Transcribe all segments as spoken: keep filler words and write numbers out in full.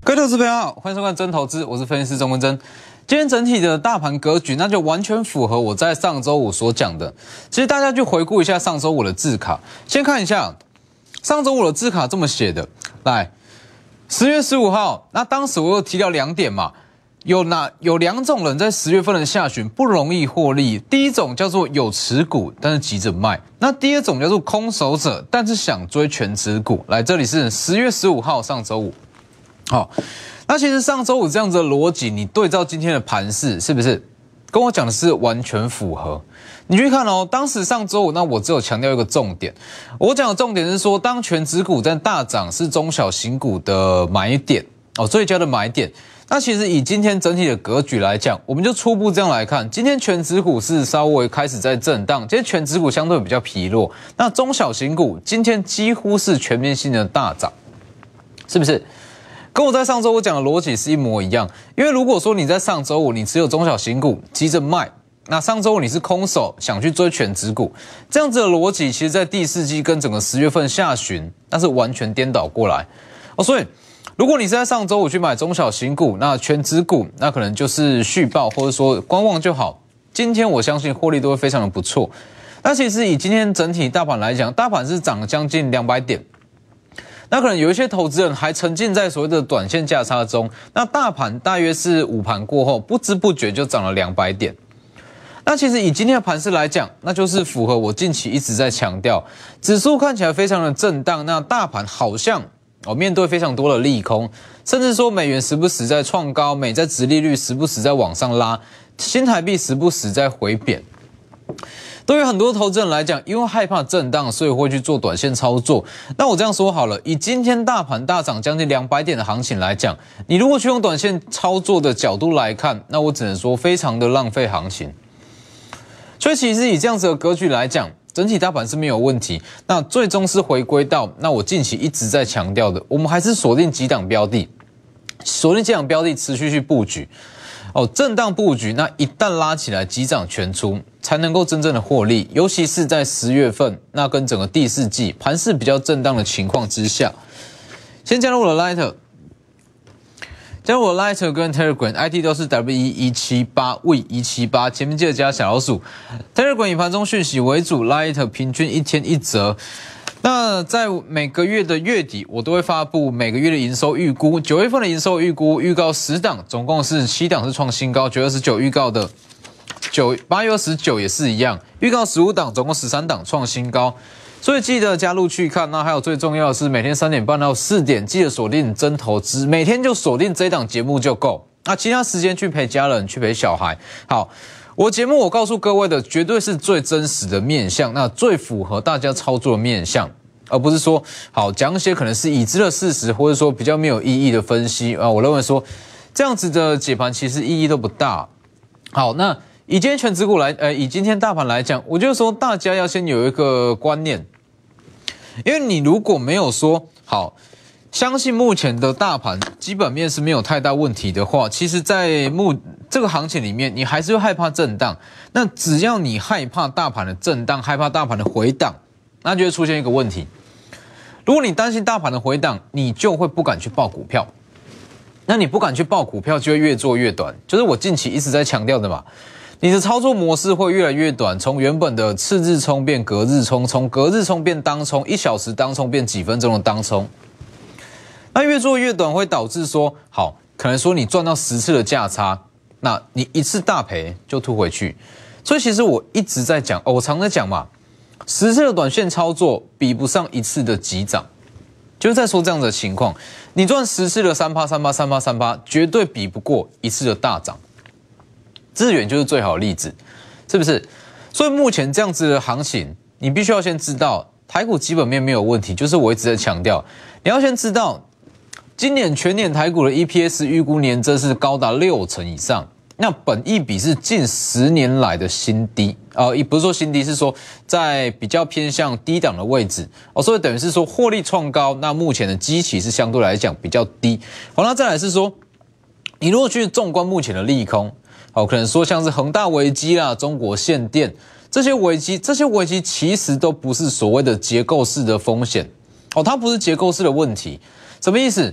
各位投资朋友好，欢迎收看真投资，我是分析师钟文真。今天整体的大盘格局，那就完全符合我在上周五所讲的。其实大家去回顾一下上周五的字卡，先看一下上周五的字卡这么写的。来，十月十五号，那当时我有提到两点嘛，有哪有两种人在十月份的下旬不容易获利。第一种叫做有持股，但是急着卖；那第二种叫做空手者，但是想追全持股。来，这里是十月十五号，上周五。好，那其实上周五这样子的逻辑，你对照今天的盘势，是不是跟我讲的是完全符合？你去看哦，当时上周五，那我只有强调一个重点，我讲的重点是说，当全指股在大涨，是中小型股的买点哦，最佳的买点。那其实以今天整体的格局来讲，我们就初步这样来看，今天全指股是稍微开始在震荡，今天全指股相对比较疲弱，那中小型股今天几乎是全面性的大涨，是不是？跟我在上周五讲的逻辑是一模一样，因为如果说你在上周五你持有中小型股急着卖，那上周五你是空手想去追全指股，这样子的逻辑，其实在第四季跟整个十月份下旬，那是完全颠倒过来哦。所以，如果你是在上周五去买中小型股，那全指股那可能就是续报或者说观望就好。今天我相信获利都会非常的不错。那其实以今天整体大盘来讲，大盘是涨了将近两百点。那可能有一些投资人还沉浸在所谓的短线价差中，那大盘大约是午盘过后，不知不觉就涨了两百点。那其实以今天的盘势来讲，那就是符合我近期一直在强调，指数看起来非常的震荡，那大盘好像哦面对非常多的利空，甚至说美元时不时在创高，美债殖利率时不时在往上拉，新台币时不时在回贬。对于很多投资人来讲，因为害怕震荡，所以会去做短线操作。那我这样说好了，以今天大盘大涨将近两百点的行情来讲，你如果去用短线操作的角度来看，那我只能说非常的浪费行情。所以其实以这样子的格局来讲，整体大盘是没有问题。那最终是回归到那我近期一直在强调的，我们还是锁定几档标的，锁定几档标的持续去布局。哦，震荡布局，那一旦拉起来急涨全出，才能够真正的获利。尤其是在十月份，那跟整个第四季盘势比较震荡的情况之下，先加入我的 Light， 加入我的 Light 跟 Telegram，I D 都是 W 一一七八 W 一七八，前面记得加小老鼠。Telegram 以盘中讯息为主 ，Light 平均一天一则。那在每个月的月底，我都会发布每个月的营收预估。九月份的营收预估，预告十档，总共是七档是创新高。九月二十九预告的，九八月二十九也是一样，预告十五档，总共十三档创新高。所以记得加入去看。那还有最重要的是，每天三点半到四点，记得锁定真投资，每天就锁定这一档节目就够。那其他时间去陪家人，去陪小孩。好。我节目我告诉各位的绝对是最真实的面向，那最符合大家操作的面向，而不是说好讲一些可能是已知的事实，或者说比较没有意义的分析啊。我认为说这样子的解盘其实意义都不大。好，那以今天全指股来，呃，以今天大盘来讲，我就说大家要先有一个观念，因为你如果没有说好。相信目前的大盘基本面是没有太大问题的话，其实在目这个行情里面，你还是会害怕震荡。那只要你害怕大盘的震荡，害怕大盘的回档，那就会出现一个问题。如果你担心大盘的回档，你就会不敢去抱股票。那你不敢去抱股票，就会越做越短。就是我近期一直在强调的嘛，你的操作模式会越来越短，从原本的次日冲变隔日冲，从隔日冲变当冲，一小时当冲变几分钟的当冲。那越做越短会导致说，好，可能说你赚到十次的价差，那你一次大赔就吐回去。所以其实我一直在讲，哦，我常在讲嘛，十次的短线操作比不上一次的急涨，就是在说这样的情况。你赚十次的三趴三趴三趴三趴，绝对比不过一次的大涨。智远就是最好的例子，是不是？所以目前这样子的行情，你必须要先知道台股基本面没有问题，就是我一直在强调，你要先知道。今年全年台股的 E P S 预估年增是高达六成以上，那本益比是近十年来的新低，呃，也不是说新低，是说在比较偏向低档的位置哦，所以等于是说获利创高，那目前的基期是相对来讲比较低。好，那再来是说，你如果去纵观目前的利空，好，可能说像是恒大危机啦、中国限电这些危机，这些危机其实都不是所谓的结构式的风险哦，它不是结构式的问题。什么意思？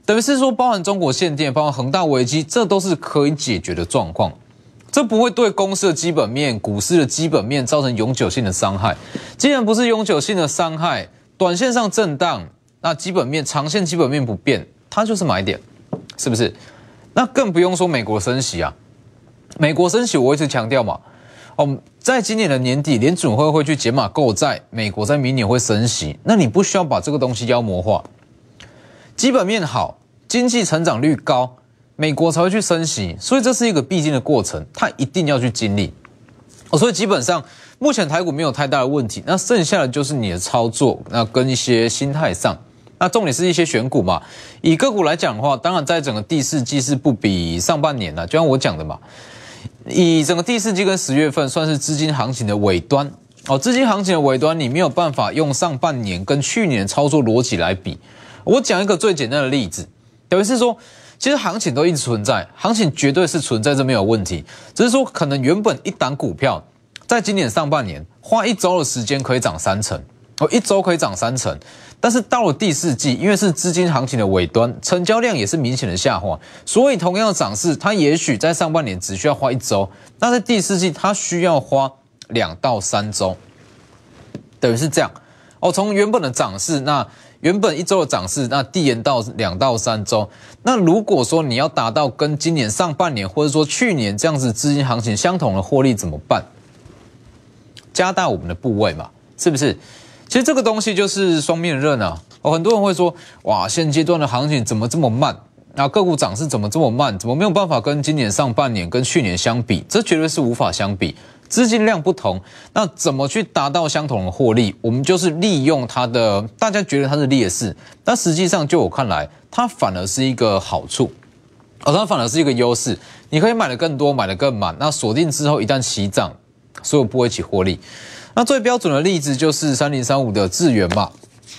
等于是说，包含中国限电、包含恒大危机，这都是可以解决的状况。这不会对公司的基本面、股市的基本面造成永久性的伤害。既然不是永久性的伤害，短线上震荡，那基本面、长线基本面不变，它就是买点，是不是？那更不用说美国升息啊。美国升息，我一直强调嘛，哦，在今年的年底，联准会会去减码购债，美国在明年会升息，那你不需要把这个东西妖魔化。基本面好，经济成长率高，美国才会去升息，所以这是一个必经的过程，它一定要去经历。哦，所以基本上目前台股没有太大的问题，那剩下的就是你的操作，那跟一些心态上，那重点是一些选股嘛。以个股来讲的话，当然在整个第四季是不比上半年啦，就像我讲的嘛。以整个第四季跟十月份算是资金行情的尾端哦，资金行情的尾端，你没有办法用上半年跟去年操作逻辑来比。我讲一个最简单的例子，等于是说，其实行情都一直存在，行情绝对是存在，这没有问题。只是说，可能原本一档股票，在今年上半年花一周的时间可以涨三成，哦，一周可以涨三成。但是到了第四季，因为是资金行情的尾端，成交量也是明显的下滑，所以同样的涨势，它也许在上半年只需要花一周，那在第四季它需要花两到三周，等于是这样。哦，从原本的涨势，那原本一周的涨势，那递延到两到三周。那如果说你要达到跟今年上半年或者说去年这样子资金行情相同的获利怎么办？加大我们的部位嘛，是不是？其实这个东西就是双面刃啊。哦，很多人会说，哇，现阶段的行情怎么这么慢？啊，个股涨势怎么这么慢？怎么没有办法跟今年上半年跟去年相比？这绝对是无法相比。资金量不同，那怎么去达到相同的获利？我们就是利用它的，大家觉得它是劣势，但实际上就我看来，它反而是一个好处，哦，它反而是一个优势。你可以买的更多，买的更满，那锁定之后一旦起涨，所有部位一起获利。那最标准的例子就是三零三五的智原嘛，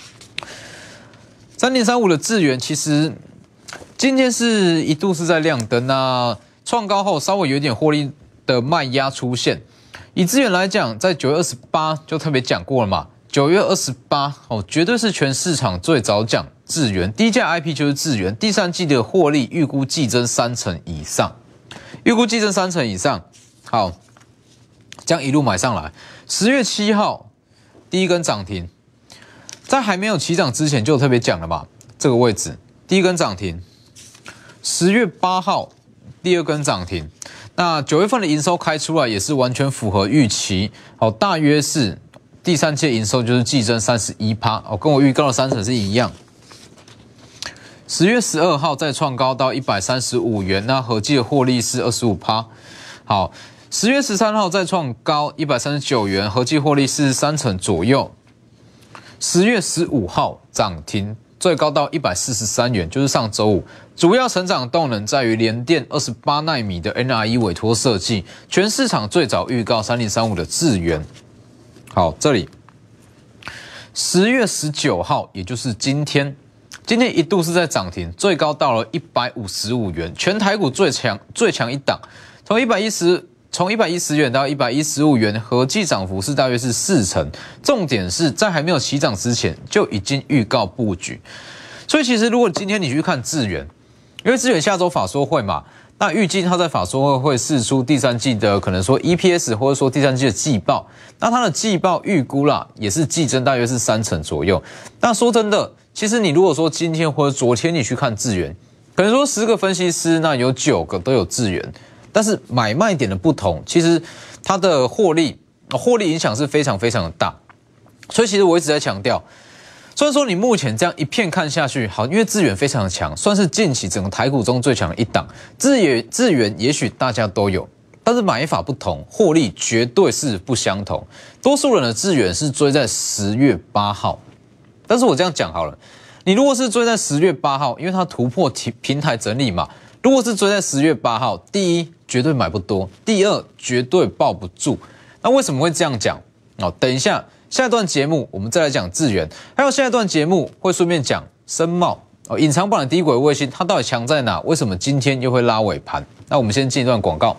三零三五的智原其实今天是一度是在亮灯，那创高后稍微有点获利的卖压出现。以智原来讲，在九月二十八就特别讲过了嘛，九月二十八哦，绝对是全市场最早讲智原，低价 I P 就是智原，第三季的获利预估季增三成以上，预估季增三成以上，好，这样一路买上来。十月七号第一根涨停，在还没有起涨之前就特别讲了嘛，这个位置第一根涨停。十月八号第二根涨停。那九月份的营收开出来也是完全符合预期，好，大约是第三季营收就是季增 百分之三十一， 哦，跟我预告的三成是一样。十月十二号再创高到一百三十五元，那合计的获利是 百分之二十五。 好，十月十三号再创高一百三十九元，合计获利是三成左右。十月十五号涨停，最高到一百四十三元，就是上周五。主要成长动能在于联电二十八奈米的 N R E 委托设计，全市场最早预告三零三五的智原。好，这里十月十九号，也就是今天，今天一度是在涨停，最高到了一百五十五元，全台股最强最强一档，从一百一十从一百一十元到一百一十五元，合计涨幅是大约是四成。重点是在还没有起涨之前就已经预告布局，所以其实如果今天你去看智原，因为智原下周法说会嘛，那预计他在法说会会释出第三季的可能说 E P S 或者说第三季的季报，那他的季报预估啦也是季增大约是三成左右。那说真的，其实你如果说今天或者昨天你去看智原，可能说十个分析师那有九个都有智原，但是买卖点的不同，其实它的获利获利影响是非常非常的大。所以其实我一直在强调，虽然说你目前这样一片看下去，好，因为智原非常的强，算是近期整个台股中最强的一档。智原智原也许大家都有，但是买法不同，获利绝对是不相同。多数人的智原是追在十月八号，但是我这样讲好了，你如果是追在十月八号，因为它突破平台整理嘛，如果是追在十月八号，第一绝对买不多，第二绝对抱不住。那为什么会这样讲？哦，等一下。下一段节目我们再来讲智原，还有下一段节目会顺便讲深茂哦，隐藏版的低轨卫星它到底强在哪？为什么今天又会拉尾盘？那我们先进一段广告。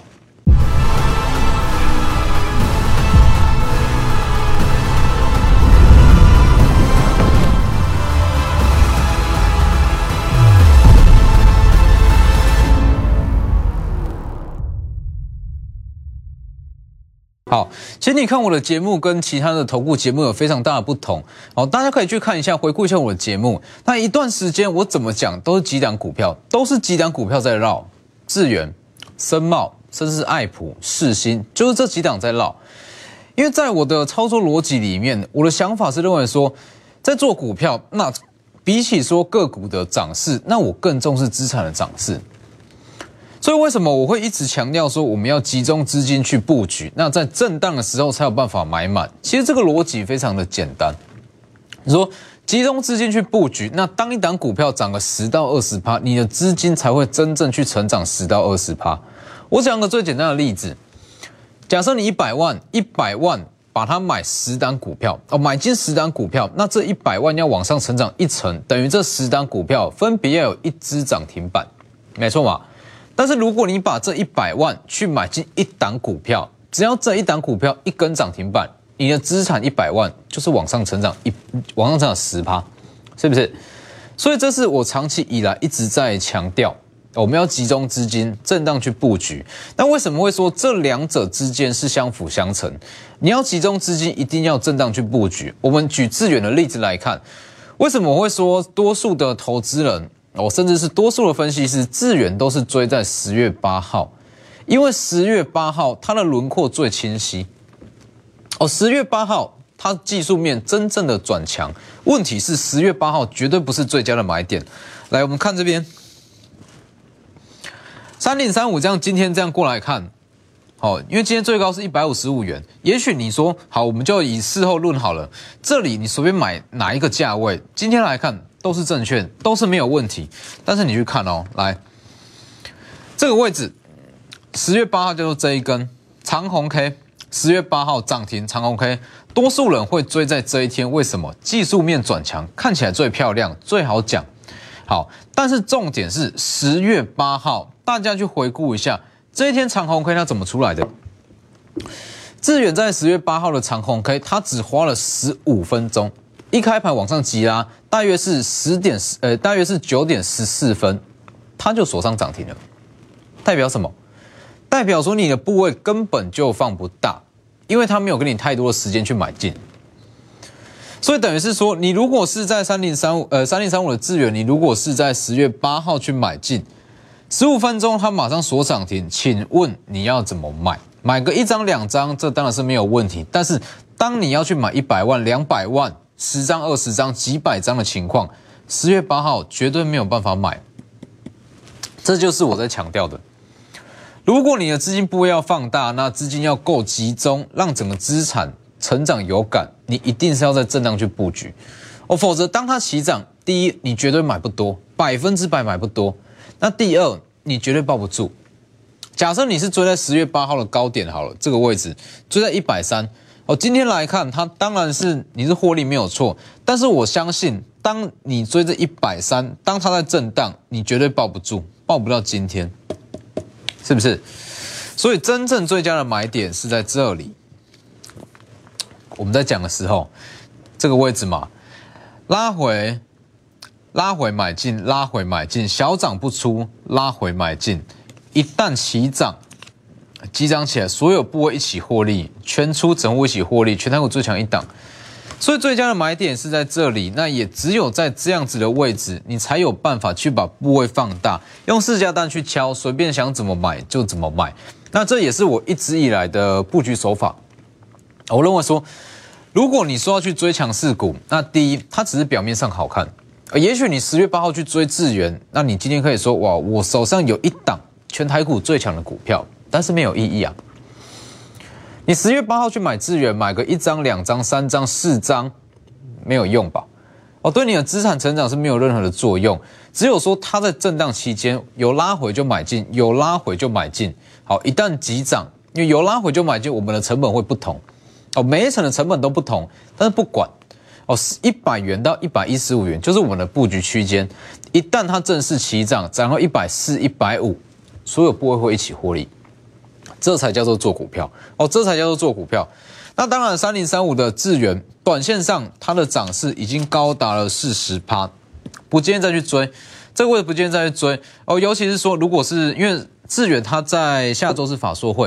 好，其实你看我的节目跟其他的投顾节目有非常大的不同。好，大家可以去看一下，回顾一下我的节目。那一段时间我怎么讲，都是几档股票，都是几档股票在绕，智原、森茂，甚至是爱普、世新，就是这几档在绕。因为在我的操作逻辑里面，我的想法是认为说，在做股票，那比起说个股的涨势，那我更重视资产的涨势。所以为什么我会一直强调说我们要集中资金去布局？那在震荡的时候才有办法买满。其实这个逻辑非常的简单。你说集中资金去布局，那当一档股票涨个十到二十趴，你的资金才会真正去成长十到二十趴。我讲个最简单的例子，假设你一百万，一百万把它买十档股票，哦，买进十档股票，那这一百万要往上成长一成，等于这十档股票分别要有一只涨停板，没错嘛？但是如果你把这一百万去买进一档股票，只要这一档股票一根涨停板，你的资产一百万就是往上成长一往上成长十趴，是不是？所以这是我长期以来一直在强调，我们要集中资金震荡去布局。那为什么会说这两者之间是相辅相成？你要集中资金，一定要震荡去布局。我们举智原的例子来看，为什么我会说多数的投资人？哦，甚至是多数的分析师，智原都是追在十月八号，因为十月八号它的轮廓最清晰。哦，十月八号它技术面真正的转强，问题是十月八号绝对不是最佳的买点。来，我们看这边，三零三五这样，今天这样过来看，好，因为今天最高是一百五十五元，也许你说好，我们就以事后论好了，这里你随便买哪一个价位，今天来看。都是正确，都是没有问题。但是你去看哦，来这个位置，十月八号叫做这一根长红 K， 十月八号涨停长红 K， 多数人会追在这一天，为什么？技术面转强，看起来最漂亮，最好讲。好，但是重点是十月八号，大家去回顾一下这一天长红 K 它怎么出来的？智原在十月八号的长红 K， 它只花了十五分钟。一开盘往上急拉，大约是十点呃，大约是九点十四分，它就锁上涨停了。代表什么？代表说你的部位根本就放不大，因为它没有给你太多的时间去买进。所以等于是说，你如果是在三零三五呃三零三五的智原，你如果是在十月八号去买进，十五分钟它马上锁涨停，请问你要怎么买？买个一张两张，这当然是没有问题。但是当你要去买一百万、两百万。十张、二十张、几百张的情况，十月八号绝对没有办法买。这就是我在强调的。如果你的资金部位要放大，那资金要够集中，让整个资产成长有感，你一定是要在震荡去布局哦，否则当它起涨，第一你绝对买不多，百分之百买不多。那第二你绝对抱不住。假设你是追在十月八号的高点好了，这个位置追在一百三。哦，今天来看，它当然是你是获利没有错，但是我相信，当你追着一百三，当它在震荡，你绝对抱不住，抱不到今天，是不是？所以真正最佳的买点是在这里。我们在讲的时候，这个位置嘛，拉回，拉回买进，拉回买进，小涨不出，拉回买进，一旦起涨。急涨起来，所有部位一起获利，全出整户一起获利，全台股最强一档。所以最佳的买点是在这里，那也只有在这样子的位置，你才有办法去把部位放大，用市价单去敲，随便想怎么买就怎么买。那这也是我一直以来的布局手法。我认为说，如果你说要去追强势股，那第一，它只是表面上好看。也许你十月八号去追智原，那你今天可以说，哇，我手上有一档全台股最强的股票。但是没有意义啊！你十月八号去买智原，买个一张、两张、三张、四张，没有用吧？哦，对你的资产成长是没有任何的作用。只有说它在震荡期间有拉回就买进，有拉回就买进。好，一旦急涨，因为有拉回就买进，我们的成本会不同。哦，每一层的成本都不同，但是不管哦，一百元到一百一十五元就是我们的布局区间。一旦它正式起涨，涨到一百四、一百五，所有部位会一起获利。这才叫做做股票哦，这才叫做做股票。那当然，三零三五的智原，短线上它的涨势已经高达了 百分之四十， 不建议再去追，这个位置不建议再去追哦。尤其是说，如果是因为智原它在下周是法说会，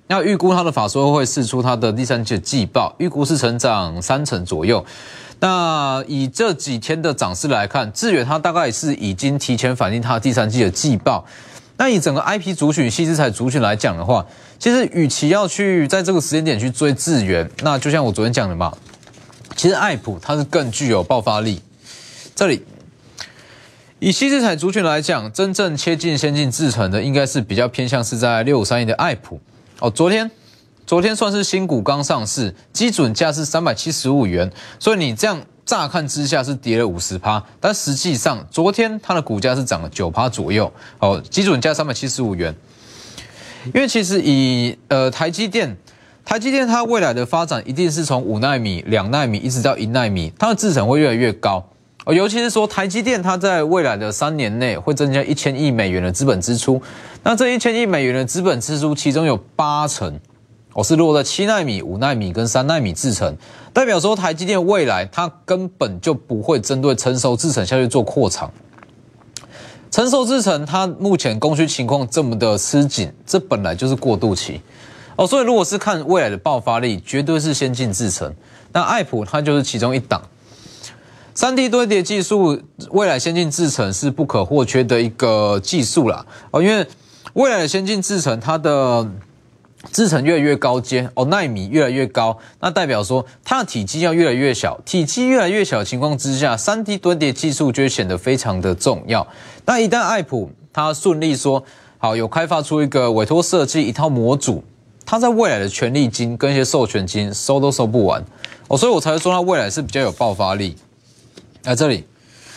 那预估它的法说会释出它的第三季的季报，预估是成长三成左右。那以这几天的涨势来看，智原它大概是已经提前反映它第三季的季报。那以整个 I P 族群、矽智财族群来讲的话，其实与其要去在这个时间点去追智原，那就像我昨天讲的嘛，其实爱普它是更具有爆发力。这里以矽智财族群来讲，真正切进先进制程的，应该是比较偏向是在六五三一的爱普哦。昨天昨天算是新股刚上市，基准价是三百七十五元，所以你这样乍看之下是跌了 百分之五十， 但实际上昨天它的股价是涨了 百分之九 左右哦，基准价三百七十五元。因为其实以呃台积电，台积电它未来的发展一定是从五奈米、两奈米一直到一奈米，它的制程会越来越高。哦，尤其是说台积电，它在未来的三年内会增加一千亿美元的资本支出。那这一千亿美元的资本支出，其中有八成哦是落在七奈米、五奈米跟三奈米制程，代表说台积电未来它根本就不会针对成熟制程下去做扩厂。成熟制程它目前供需情况这么的吃紧，这本来就是过渡期哦。所以如果是看未来的爆发力，绝对是先进制程。那爱普它就是其中一档。三 D 堆叠技术，未来先进制程是不可或缺的一个技术啦哦，因为未来的先进制程，它的制程越来越高阶哦，奈米越来越高，那代表说它的体积要越来越小，体积越来越小的情况之下， 三 D 堆叠技术就会显得非常的重要。那一旦爱普它顺利说好有开发出一个委托设计一套模组，它在未来的权利金跟一些授权金收都收不完哦，所以我才会说它未来是比较有爆发力。在这里，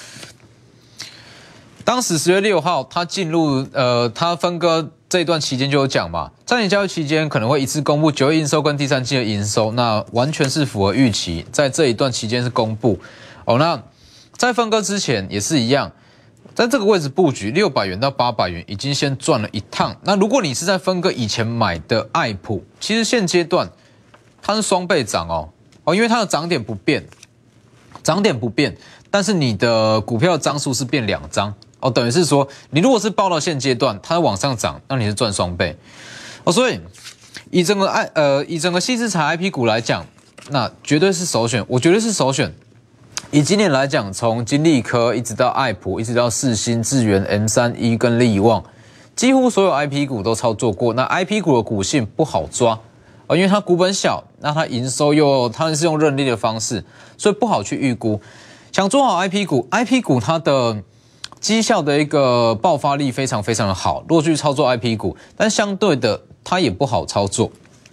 当时十月六号，它进入呃，它分割这一段期间就有讲嘛，暂停交易期间可能会一次公布九月营收跟第三季的营收，那完全是符合预期，在这一段期间是公布哦。那在分割之前也是一样，在这个位置布局六百元到八百元，已经先赚了一趟。那如果你是在分割以前买的爱普，其实现阶段它是双倍涨哦哦，因为它的涨点不变，涨点不变。但是你的股票张数是变两张哦，等于是说，你如果是报到现阶段，它往上涨，那你是赚双倍哦。所以以整个 I 呃以整个矽智财 I P 股来讲，那绝对是首选，我绝对是首选。以今年来讲，从金利科一直到爱普，一直到世芯、智原、M 三 一 跟力旺，几乎所有 I P 股都操作过。那 I P 股的股性不好抓哦，因为它股本小，那它营收又它是用认列的方式，所以不好去预估。想做好 I P 股 ，I P 股它的绩效的一个爆发力非常非常的好。如果去操作 I P 股，但相对的它也不好操作。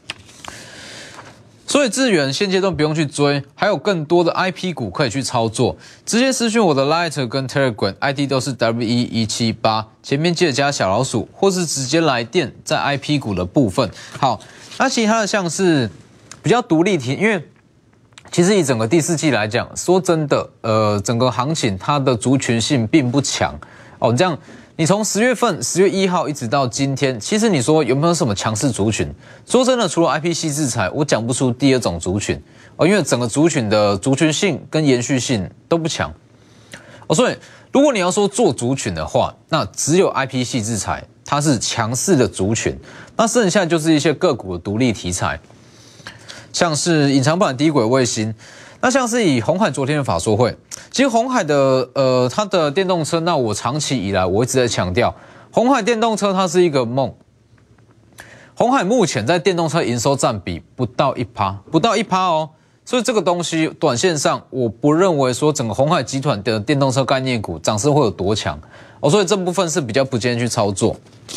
所以智原现阶段不用去追，还有更多的 I P 股可以去操作。直接私讯我的 Line 跟 Telegram I D 都是 W 一一七八，前面记得加小老鼠，或是直接来电在 I P 股的部分。好，那其他的像是比较独立题，因为其实以整个第四季来讲，说真的，呃，整个行情它的族群性并不强哦。这样，你从十月份十月一号一直到今天，其实你说有没有什么强势族群？说真的，除了 I P 矽智财，我讲不出第二种族群哦，因为整个族群的族群性跟延续性都不强哦。所以，如果你要说做族群的话，那只有 I P 矽智财它是强势的族群，那剩下就是一些个股的独立题材。像是隐藏版低轨卫星，那像是以鸿海昨天的法说会，其实鸿海的呃它的电动车，那我长期以来我一直在强调，鸿海电动车它是一个梦。鸿海目前在电动车营收占比不到一趴，不到一趴哦，所以这个东西短线上我不认为说整个鸿海集团的电动车概念股涨势会有多强哦，所以这部分是比较不建议去操作。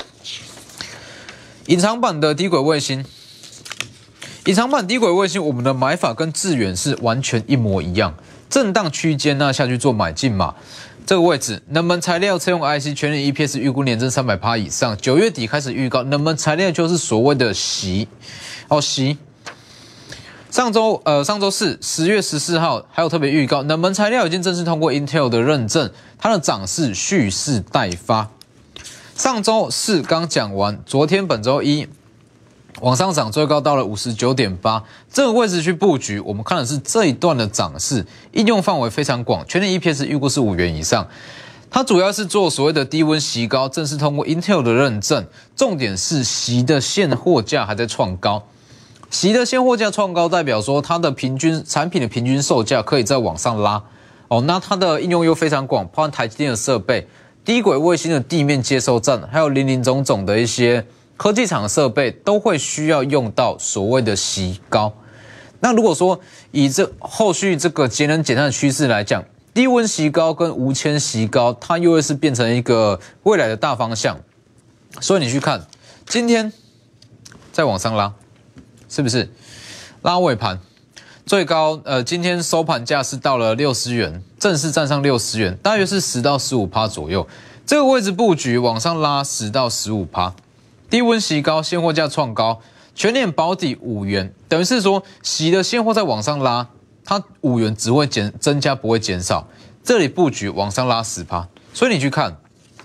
隐藏版的低轨卫星。隐藏版低轨卫星，我们的买法跟智原是完全一模一样，震荡区间那下去做买进嘛。这个位置，能门材料车用 I C 全年 E P S 预估年增 百分之三百 以上，九月底开始预告，能门材料就是所谓的息哦息。上周呃上周四十月十四号还有特别预告，能门材料已经正式通过 Intel 的认证，它的涨势蓄势待发。上周四刚讲完，昨天本周一。往上涨最高到了 五十九点八， 这个位置去布局，我们看的是这一段的涨势，应用范围非常广，全年 E P S 预估是五元以上。 它主要是做所谓的低温席高，正式通过 Intel 的认证。重点是席的现货价还在创高，席的现货价创高，代表说它的平均产品的平均售价可以再往上拉哦。那它的应用又非常广，包含台积电的设备、低轨卫星的地面接收站，还有林林总总的一些科技厂设备，都会需要用到所谓的席高。那如果说以这后续这个节能减碳的趋势来讲，低温席高跟无铅席高，它又会是变成一个未来的大方向。所以你去看，今天再往上拉，是不是拉尾盘最高？呃，今天收盘价是到了六十元，正式站上六十元，大约是十到十五趴左右。这个位置布局往上拉十到十五趴，低温席高，现货价创高，全年保底五元，等于是说席的现货在往上拉。它五元只会减增加，不会减少。这里布局往上拉十趴，所以你去看，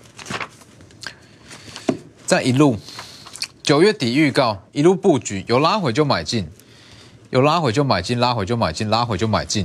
在一路九月底预告，一路布局，有拉回就买进，有拉回就买进，拉回就买进，拉回就买进，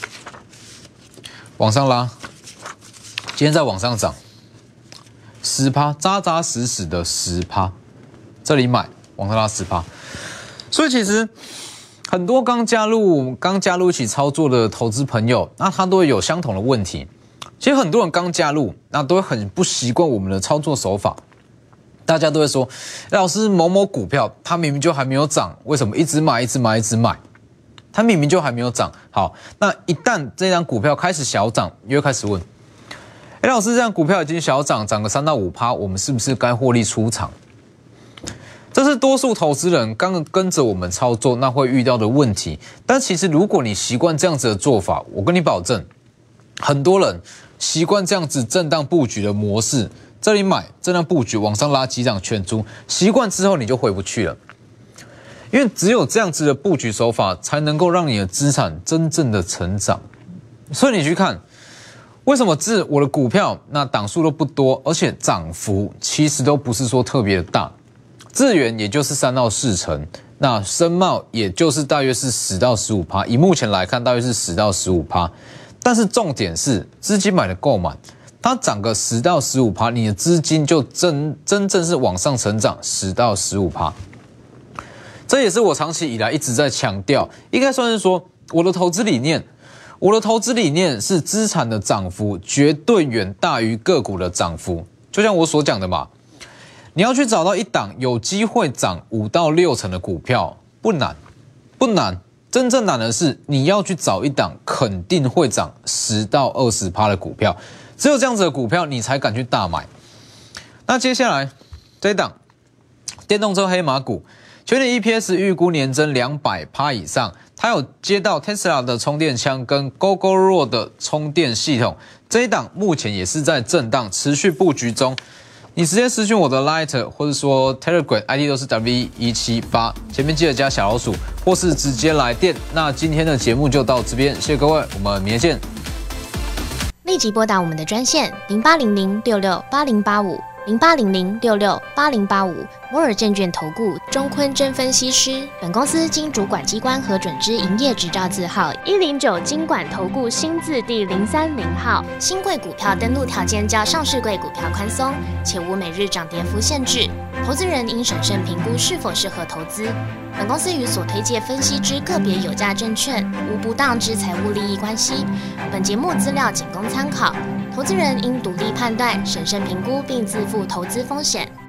往上拉，今天再往上涨，十趴，扎扎实实的十趴，这里买，往上拉十趴，所以其实。很多刚加入、刚加入一起操作的投资朋友，那他都会有相同的问题。其实很多人刚加入，那都会很不习惯我们的操作手法。大家都会说：“老师，某某股票它明明就还没有涨，为什么一直买、一直买、一直买？它明明就还没有涨。”好，那一旦这张股票开始小涨，你会开始问：“哎，老师，这张股票已经小涨，涨个三到五趴，我们是不是该获利出场？”这是多数投资人刚刚跟着我们操作那会遇到的问题，但其实如果你习惯这样子的做法，我跟你保证，很多人习惯这样子震荡布局的模式，这里买震荡布局往上拉几档全出，习惯之后你就回不去了，因为只有这样子的布局手法才能够让你的资产真正的成长。所以你去看，为什么自我的股票那档数都不多，而且涨幅其实都不是说特别的大。智原也就是三到四成，那深茂也就是大约是十到十五趴，以目前来看大约是十到十五趴，但是重点是资金买的够满，它涨个十到十五趴，你的资金就真真正是往上成长十到十五趴。这也是我长期以来一直在强调，应该算是说我的投资理念，我的投资理念是资产的涨幅绝对远大于个股的涨幅，就像我所讲的嘛。你要去找到一档有机会涨五到六成的股票，不难，不难。真正难的是你要去找一档肯定会涨十到二十趴的股票，只有这样子的股票，你才敢去大买。那接下来这一档电动车黑马股，全年 E P S 预估年增两百趴以上，它有接到 Tesla 的充电枪跟 Gogoro 的充电系统，这一档目前也是在震荡持续布局中。你直接私讯我的 Light 或者说 Telegram I D 都是 W 一七八，前面记得加小老鼠，或是直接来电。那今天的节目就到这边，谢谢各位，我们明天见。 立即拨打我们的专线零八零零六六八零八五零八零零六六八零八五摩尔证券投顾钟坤真分析师。本公司经主管机关核准之营业执照字号一零九金管投顾新字第零三零号。新贵股票登录条件较上市贵股票宽松，且无每日涨跌幅限制。投资人应审慎评估是否适合投资。本公司与所推介分析之个别有价证券无不当之财务利益关系。本节目资料仅供参考，投资人应独立判断、审慎评估并自负投资风险。